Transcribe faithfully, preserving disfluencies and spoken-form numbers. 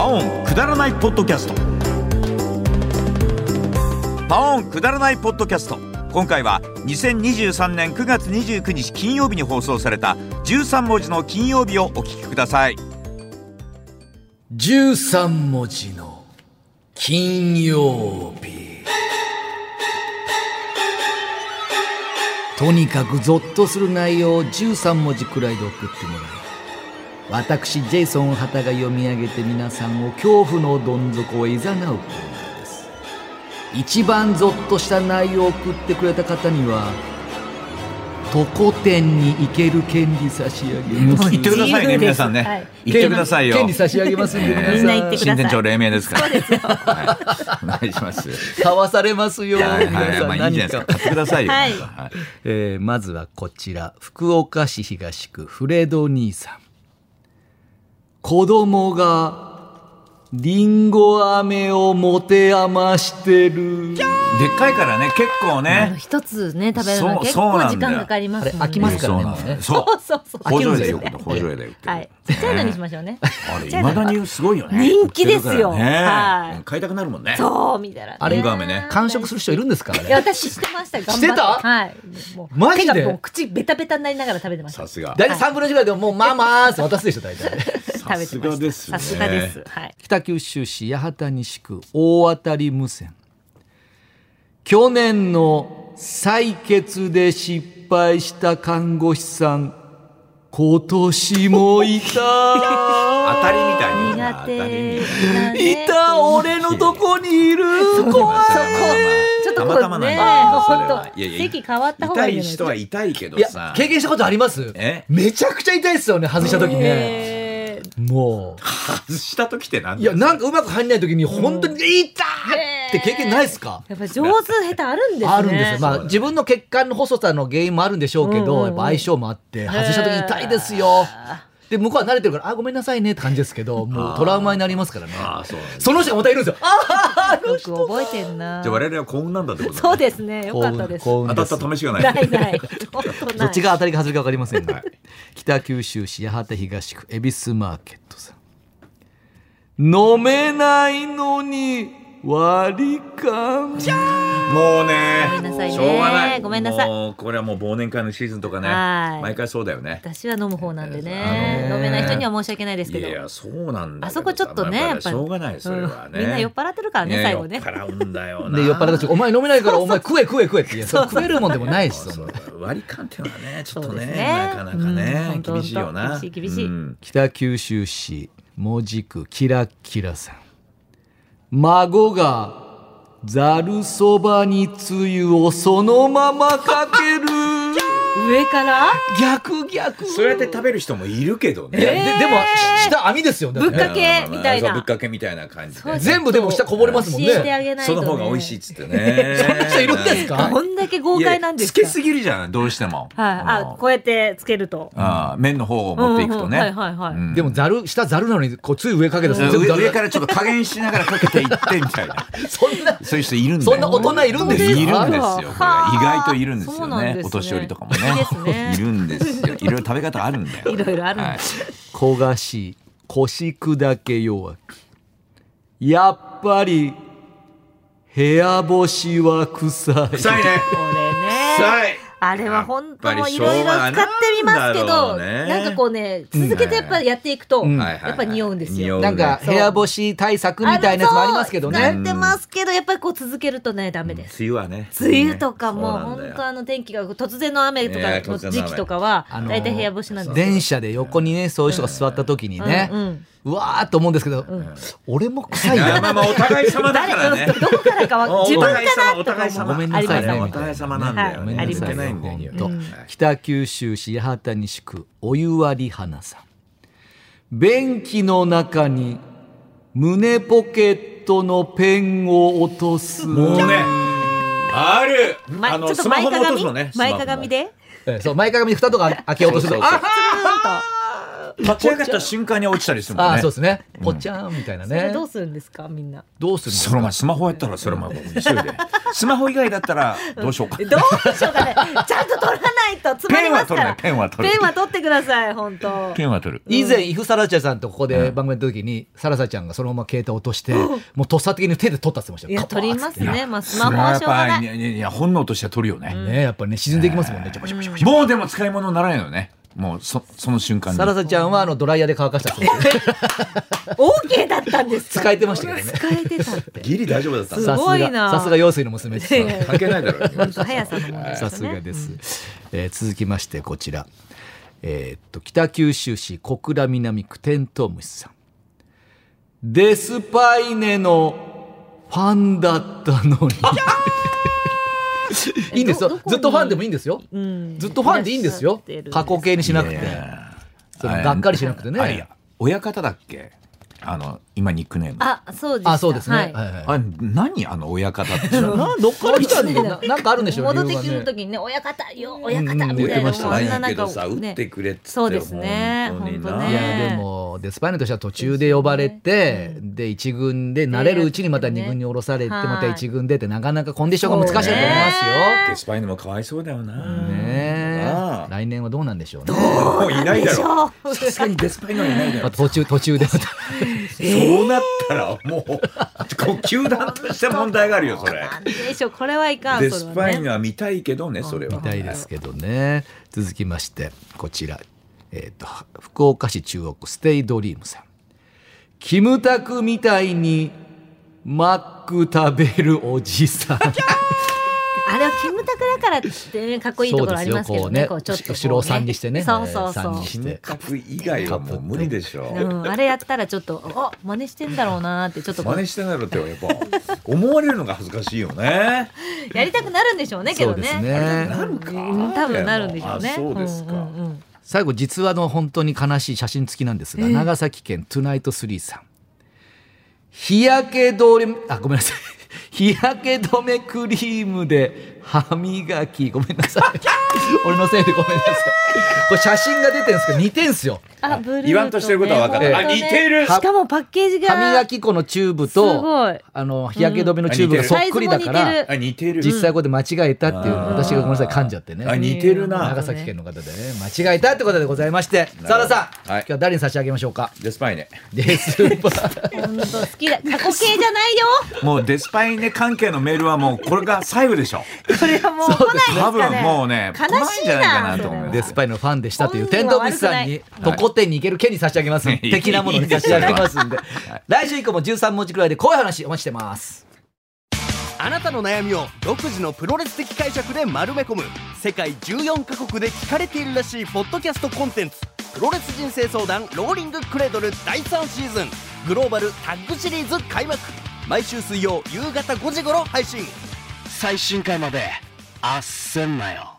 オンくだらないポッドキャスト。パオンくだらないポッドキャスト。今回はにせんにじゅうさんねんくがつにじゅうくにち金曜日に放送されたじゅうさんもじの金曜日をお聞きください。 じゅうさんもじの金曜日。とにかくゾッとする内容をじゅうさんもじくらいで送ってもらい、私ジェイソン畑が読み上げて皆さんを恐怖のどん底へ誘うコーナーです。一番ゾッとした内容を送ってくれた方にはとこ店に行ける権利差し上げます。 言ってくださいね皆さんね、はい、言ってくださいよ。 権利差し上げますんで皆さん、 みんな言ってください。 新店長黎明ですから。 そうですよ、 はい、お願いします。 買わされますよ。 はいはい、 皆さんまあ、いいじゃないですか、買ってくださいよ。 はいえー、まずはこちら、福岡市東区フレド兄さん。子供がリンゴ飴を持て余してる。 でっかいからね、結構ね、 一つね食べるの結構時間かかりますもんね。 飽きますからね。もうね。 そうそうそう。 工場でよく工場で売ってる。 はい。ちっちゃいのにしましょうね。 あれ未だにすごいよね。 人気ですよ。 はい。買いたくなるもんね。 そう見たら。 あれリンゴ飴ね。 完食する人いるんですからね。 いや私知ってました。 知ってた？ はい。 マジで？ もう口ベタベタになりながら食べてました。 さすが。 大体さんぶんのいちぐらいでももうまあまあって渡すでしょ大体。 さすがですね。 さすがです。はい。 北九州市八幡西区大当たり無線。去年の採血で失敗した看護師さん、今年もいた。 当たりみたいに苦手ないた。俺のとこにいる。怖い。 ちょっとこうね、本当席変わった方がいい。 痛い人は痛いけどさ。 経験したことあります？ え？ めちゃくちゃ痛いですよね、外した時ね。もう外した時って何？ いや、なんかうまく入んない時に本当に痛いって経験ないですか？ やっぱ上手下手あるんですね。 あるんですよ。まあ自分の血管の細さの原因もあるんでしょうけど、やっぱ相性もあって外した時痛いですよ。で向こうは慣れてるから、あ、ごめんなさいねって感じですけど、もうトラウマになりますからね。あ、そう。その人がまたいるんですよ。ああ、 よく覚えてんな。 じゃあ我々は幸運なんだってことだね。 そうですね。よかったです。 当たった試しがない。 ないない。 どっちが当たりか外れか分かりませんが。北九州市八幡東区恵比寿マーケットさん。飲めないのに割り勘。 もうね、 ごめんなさいね、 しょうがない。 ごめんなさい。 もうこれはもう忘年会のシーズンとかね、毎回そうだよね。 私は飲む方なんでね、飲めない人には申し訳ないですけど。 いや、そうなんだ。 あそこちょっとね、やっぱしょうがない、それはね。 みんな酔っ払ってるからね、最後ね。 酔っ払うんだよな。 で酔っ払った時、お前飲めないからお前食え食え食えって言う。食えるもんでもないし、 割り勘っていうのはね、ちょっとね、なかなかね、厳しいよな。 厳しい厳しい。 北九州市門司区キラッキラさん。孫がざるそばにつゆをそのままかける。 上から逆逆。 そうやって食べる人もいるけどね。 で, でも下網ですよ。 ぶっかけみたいな。 ぶっかけみたいな感じで。 全部でも下こぼれますもんね。 その方が美味しいっつってね。 そんな人いるんですか？ こんだけ豪快なんですか？ つけすぎるじゃん、どうしても。 はい。あ、こうやってつけると。 あ、麺の方を持っていくとね。 はいはいはい。 でもざる下ざるなのにこうつゆ上かけて、 上からちょっと加減しながらかけていってみたいな。そんなそういう人いるんだよ。 そんな大人いるんですか？ いるんですよ。これ意外といるんですよね。お年寄りとかもね。いるんですよ。いろいろ食べ方あるんだよ。 いろいろあるんです。 焦がし腰砕け弱く。やっぱり部屋干しは臭い。 臭いね。 これね。 臭い。 あれは本当もいろいろ使ってみますけど、なんかこうね、続けてやっぱやっていくとやっぱ匂うんですよ。 なんか部屋干し対策みたいなやつもありますけどね。 使ってますけど、やっぱりこう続けるとねダメです。 梅雨はね。 梅雨とかも本当あの天気が突然の雨とかの時期とかは大体部屋干しなんです。 電車で横にねそういう人が座った時にね。うわーっと思うんですけど、うん、俺も臭いな。 まあまあお互い様だからね。 どこからかは自分かなお互い様。 ごめんなさいね。 お互い様なんだよね。 ありますね。本当。北九州市八幡西区お湯割り花さん。便器の中に胸ポケットのペンを落とす。 もうね。ある。 あのスマホも落とすのね。前かがみで。 そう前かがみで蓋とか開けようとすると。あはー。 立ち上がった瞬間に落ちたりするもんね。 あそうですね、ぽちゃんみたいなね。 それどうするんですかみんな。 どうするんですか。 そのままスマホやったらそれまで急いでスマホ以外だったらどうしようか。 どうしようかね。ちゃんと取らないと詰まりますから。 ペンは取るね。 ペンは取ってください本当。 ペンは取る。 以前イフサラチャさんとここで番組の時に、サラサちゃんがそのまま携帯落として、もうとっさ的に手で取ったって言ってましたよ。 いや取りますね。まあスマホはしょうがない。 いやいや本能としては取るよね。 ねやっぱりね沈んでいきますもんね。 もうでも使い物にならないよね。もう そ, その瞬間にサラサちゃんはあのドライヤーで乾かしたそうです。 オーケーだったんですか。 使えてましたけどね。 使えてたって。 ギリ大丈夫だった。 すごいな。 さすが陽水の娘です。 関係ないだろう。 本当速さのものですね。 さすがです。えー、続きましてこちら、えー、っと北九州市小倉南区テントウムシさん。デスパイネのファンだったのに。いいんですよ。ずっとファンでもいいんですよ。うん、ずっとファンでいいんですよ。過去形にしなくて、それがっかりしなくてね。あいや親方だっけ。あの今ニックネーム。 あ、そうです。 あ、そうですね。はいはいはい、あ、何あの親方って。どっから来たんだろう。なんかあるんでしょう。 戻ってくる時にね、親方よ、親方って言ってましたね。けどさ、打ってくれって。 そうですね。本当ね。 いやでもデスパイネとしては途中で呼ばれて、で一軍で慣れるうちにまた二軍に下ろされて、また一軍でってなかなかコンディションが難しいと思いますよ。 デスパイネもかわいそうだよな。 ね。来年はどうなんでしょうね。 もういないだろう。さすがにデスパイネはいないだろう。 途中途中でまた。 そうなったらもう球団として問題があるよそれ。 なんでしょうこれはいかん。 デスパイネは見たいけどねそれは。 見たいですけどね。続きましてこちら、えー、と福岡市中央区ステイドリームさん。キムタクみたいにマック食べるおじさん。 あれはキムタクだからって、ね、かっこいいところありますけどね。こうちょっと後ろをさんにしてね。 そうそうそう。 キムタク以外はもう無理でしょ。 うん、あれやったらちょっとあ真似してんだろうなってちょっと真似してんだろうってやっぱ思われるのが恥ずかしいよね。 やりたくなるんでしょうねけどね。 そうですね。 なるか。 多分なるんでしょうね。 そうですか。うんうんうん、 最後実話の本当に悲しい写真付きなんですが、えー、長崎県トゥナイトスリーさん。日焼け止めあごめんなさい。日焼け止めクリームで歯磨きごめんなさい俺のせいでごめんなさい。これ写真が出てるんですけど似てんすよ。 あブルーとね、 言わんとしてることは分かった、ね、あ似てる。 しかもパッケージが歯磨き粉のチューブとあの日焼け止めのチューブがそっくりだから、 あ似てる。 実際ここで間違えたっていう、うん、私がごめんなさい噛んじゃってね。 あ似てるな。 長崎県の方でね間違えたってことでございまして、澤田さん、はい、今日は誰に差し上げましょうか。 デスパイネ。 デスパイネ本当好きだ。過去形じゃないよ。 もうデスパイネ関係のメールはもうこれが最後でしょ。 これはもう来ないですかね。 多分もうね悲しいな。 デスパイネのファンでしたというテントウムシさんにとこってんに行ける券に差し上げます。的なものに差し上げますんで来週以降もじゅうさん文字くらいでこういう話お待ちしてます。 あなたの悩みを独自のプロレス的解釈で丸め込む世界じゅうよんカ国で聞かれているらしいポッドキャストコンテンツプロレス人生相談ローリングクレードルだいさんシーズングローバルタッグシリーズ開幕。毎週水曜夕方ごじ頃配信。最新回まであっせんなよ。